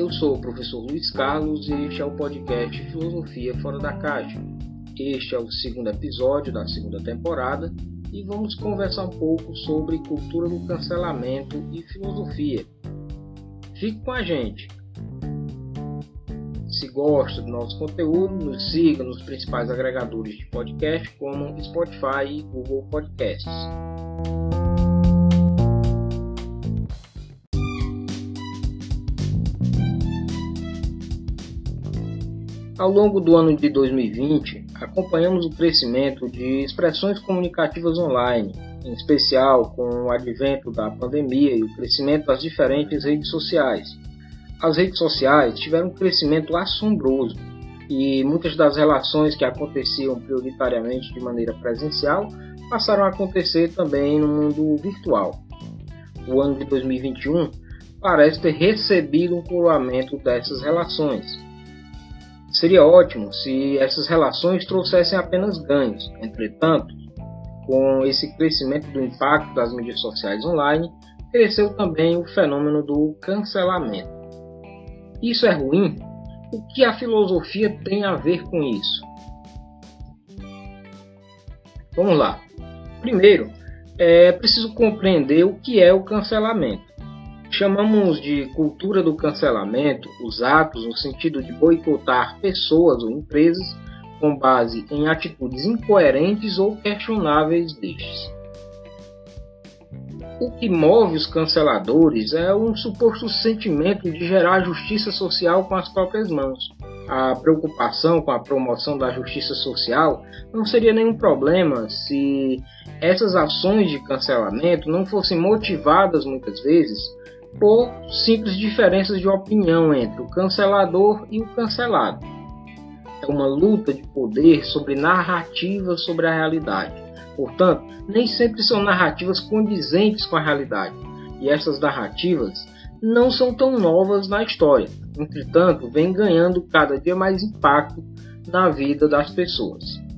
Eu sou o professor Luiz Carlos e este é o podcast Filosofia Fora da Caixa. Este é o segundo episódio da segunda temporada e vamos conversar um pouco sobre cultura do cancelamento e filosofia. Fique com a gente! Se gosta do nosso conteúdo, nos siga nos principais agregadores de podcast como Spotify e Google Podcasts. Ao longo do ano de 2020, acompanhamos o crescimento de expressões comunicativas online, em especial com o advento da pandemia e o crescimento das diferentes redes sociais. As redes sociais tiveram um crescimento assombroso e muitas das relações que aconteciam prioritariamente de maneira presencial passaram a acontecer também no mundo virtual. O ano de 2021 parece ter recebido um coroamento dessas relações. Seria ótimo se essas relações trouxessem apenas ganhos. Entretanto, com esse crescimento do impacto das mídias sociais online, cresceu também o fenômeno do cancelamento. Isso é ruim? O que a filosofia tem a ver com isso? Vamos lá. Primeiro, é preciso compreender o que é o cancelamento. Chamamos de cultura do cancelamento os atos no sentido de boicotar pessoas ou empresas com base em atitudes incoerentes ou questionáveis destes. O que move os canceladores é um suposto sentimento de gerar justiça social com as próprias mãos. A preocupação com a promoção da justiça social não seria nenhum problema se essas ações de cancelamento não fossem motivadas muitas vezes por simples diferenças de opinião entre o cancelador e o cancelado. É uma luta de poder sobre narrativas sobre a realidade. Portanto, nem sempre são narrativas condizentes com a realidade. E essas narrativas não são tão novas na história. Entretanto, vêm ganhando cada dia mais impacto na vida das pessoas.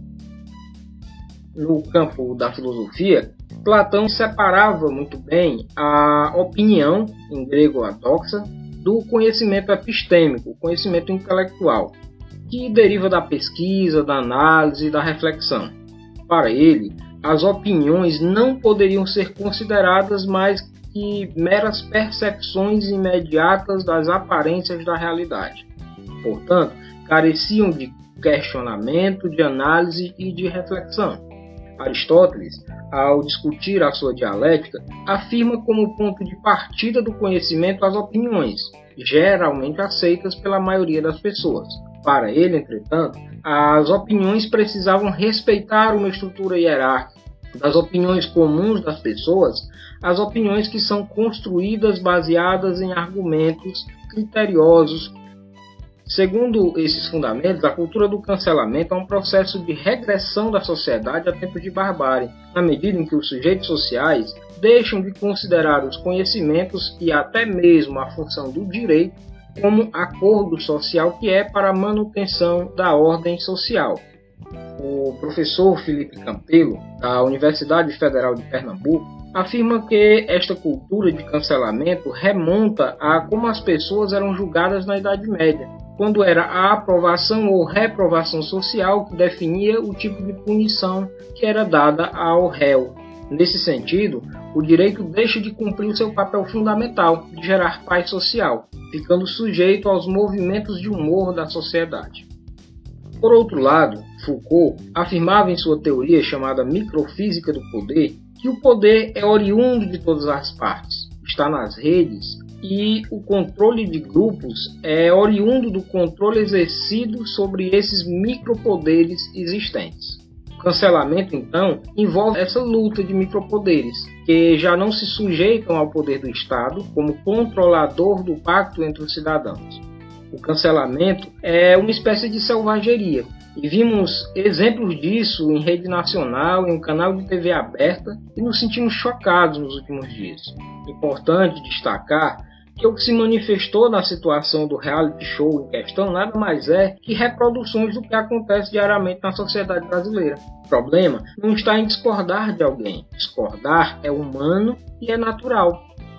No campo da filosofia, Platão separava muito bem a opinião, em grego a doxa, do conhecimento epistêmico, o conhecimento intelectual, que deriva da pesquisa, da análise e da reflexão. Para ele, as opiniões não poderiam ser consideradas mais que meras percepções imediatas das aparências da realidade. Portanto, careciam de questionamento, de análise e de reflexão. Aristóteles, ao discutir a sua dialética, afirma como ponto de partida do conhecimento as opiniões, geralmente aceitas pela maioria das pessoas. Para ele, entretanto, as opiniões precisavam respeitar uma estrutura hierárquica. Das opiniões comuns das pessoas, as opiniões que são construídas baseadas em argumentos criteriosos. Segundo esses fundamentos, a cultura do cancelamento é um processo de regressão da sociedade a tempos de barbárie, na medida em que os sujeitos sociais deixam de considerar os conhecimentos e até mesmo a função do direito como acordo social que é para a manutenção da ordem social. O professor Felipe Campelo, da Universidade Federal de Pernambuco, afirma que esta cultura de cancelamento remonta a como as pessoas eram julgadas na Idade Média, quando era a aprovação ou reprovação social que definia o tipo de punição que era dada ao réu. Nesse sentido, o direito deixa de cumprir o seu papel fundamental de gerar paz social, ficando sujeito aos movimentos de humor da sociedade. Por outro lado, Foucault afirmava em sua teoria chamada microfísica do poder que o poder é oriundo de todas as partes, está nas redes, e o controle de grupos é oriundo do controle exercido sobre esses micropoderes existentes. O cancelamento, então, envolve essa luta de micropoderes, que já não se sujeitam ao poder do Estado como controlador do pacto entre os cidadãos. O cancelamento é uma espécie de selvageria, e vimos exemplos disso em rede nacional, em um canal de TV aberta, e nos sentimos chocados nos últimos dias. Importante destacar que o que se manifestou na situação do reality show em questão nada mais é que reproduções do que acontece diariamente na sociedade brasileira. O problema não está em discordar de alguém. Discordar é humano e é natural.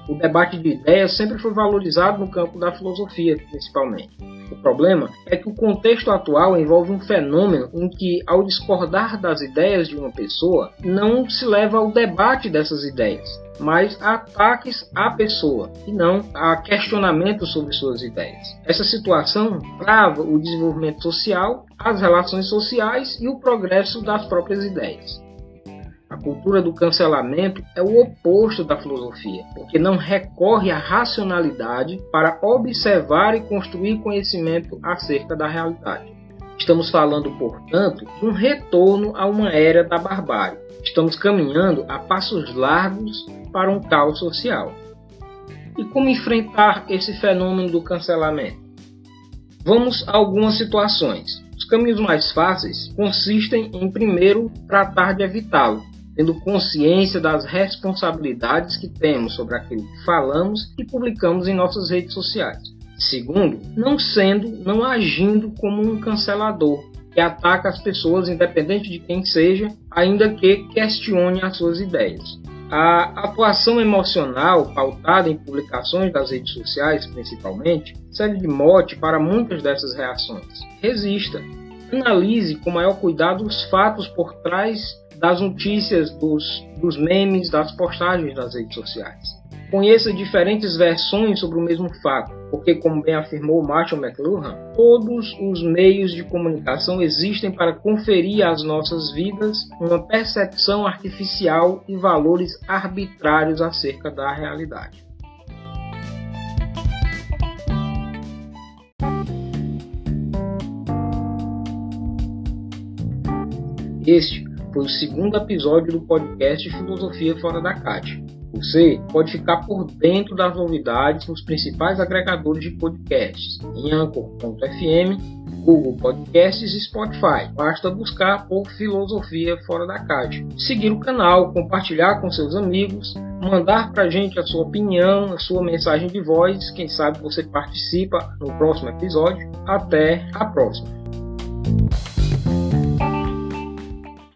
O debate de ideias sempre foi valorizado no campo da filosofia, principalmente. O problema é que o contexto atual envolve um fenômeno em que, ao discordar das ideias de uma pessoa, não se leva ao debate dessas ideias, mas a ataques à pessoa e não a questionamentos sobre suas ideias. Essa situação trava o desenvolvimento social, as relações sociais e o progresso das próprias ideias. A cultura do cancelamento é o oposto da filosofia, porque não recorre à racionalidade para observar e construir conhecimento acerca da realidade. Estamos falando, portanto, de um retorno a uma era da barbárie. Estamos caminhando a passos largos para um caos social. E como enfrentar esse fenômeno do cancelamento? Vamos a algumas situações. Os caminhos mais fáceis consistem em, primeiro, tratar de evitá-lo, tendo consciência das responsabilidades que temos sobre aquilo que falamos e publicamos em nossas redes sociais. Segundo, não agindo como um cancelador, que ataca as pessoas independente de quem seja, ainda que questione as suas ideias. A atuação emocional, pautada em publicações das redes sociais principalmente, serve de mote para muitas dessas reações. Resista. Analise com maior cuidado os fatos por trás das notícias, dos memes, das postagens nas redes sociais. Conheça diferentes versões sobre o mesmo fato, porque, como bem afirmou Marshall McLuhan, todos os meios de comunicação existem para conferir às nossas vidas uma percepção artificial e valores arbitrários acerca da realidade. Este foi o segundo episódio do podcast Filosofia Fora da Caixa. Você pode ficar por dentro das novidades nos principais agregadores de podcasts, em Anchor.fm, Google Podcasts e Spotify. Basta buscar por Filosofia Fora da Caixa. Seguir o canal, compartilhar com seus amigos, mandar para a gente a sua opinião, a sua mensagem de voz. Quem sabe você participa no próximo episódio. Até a próxima!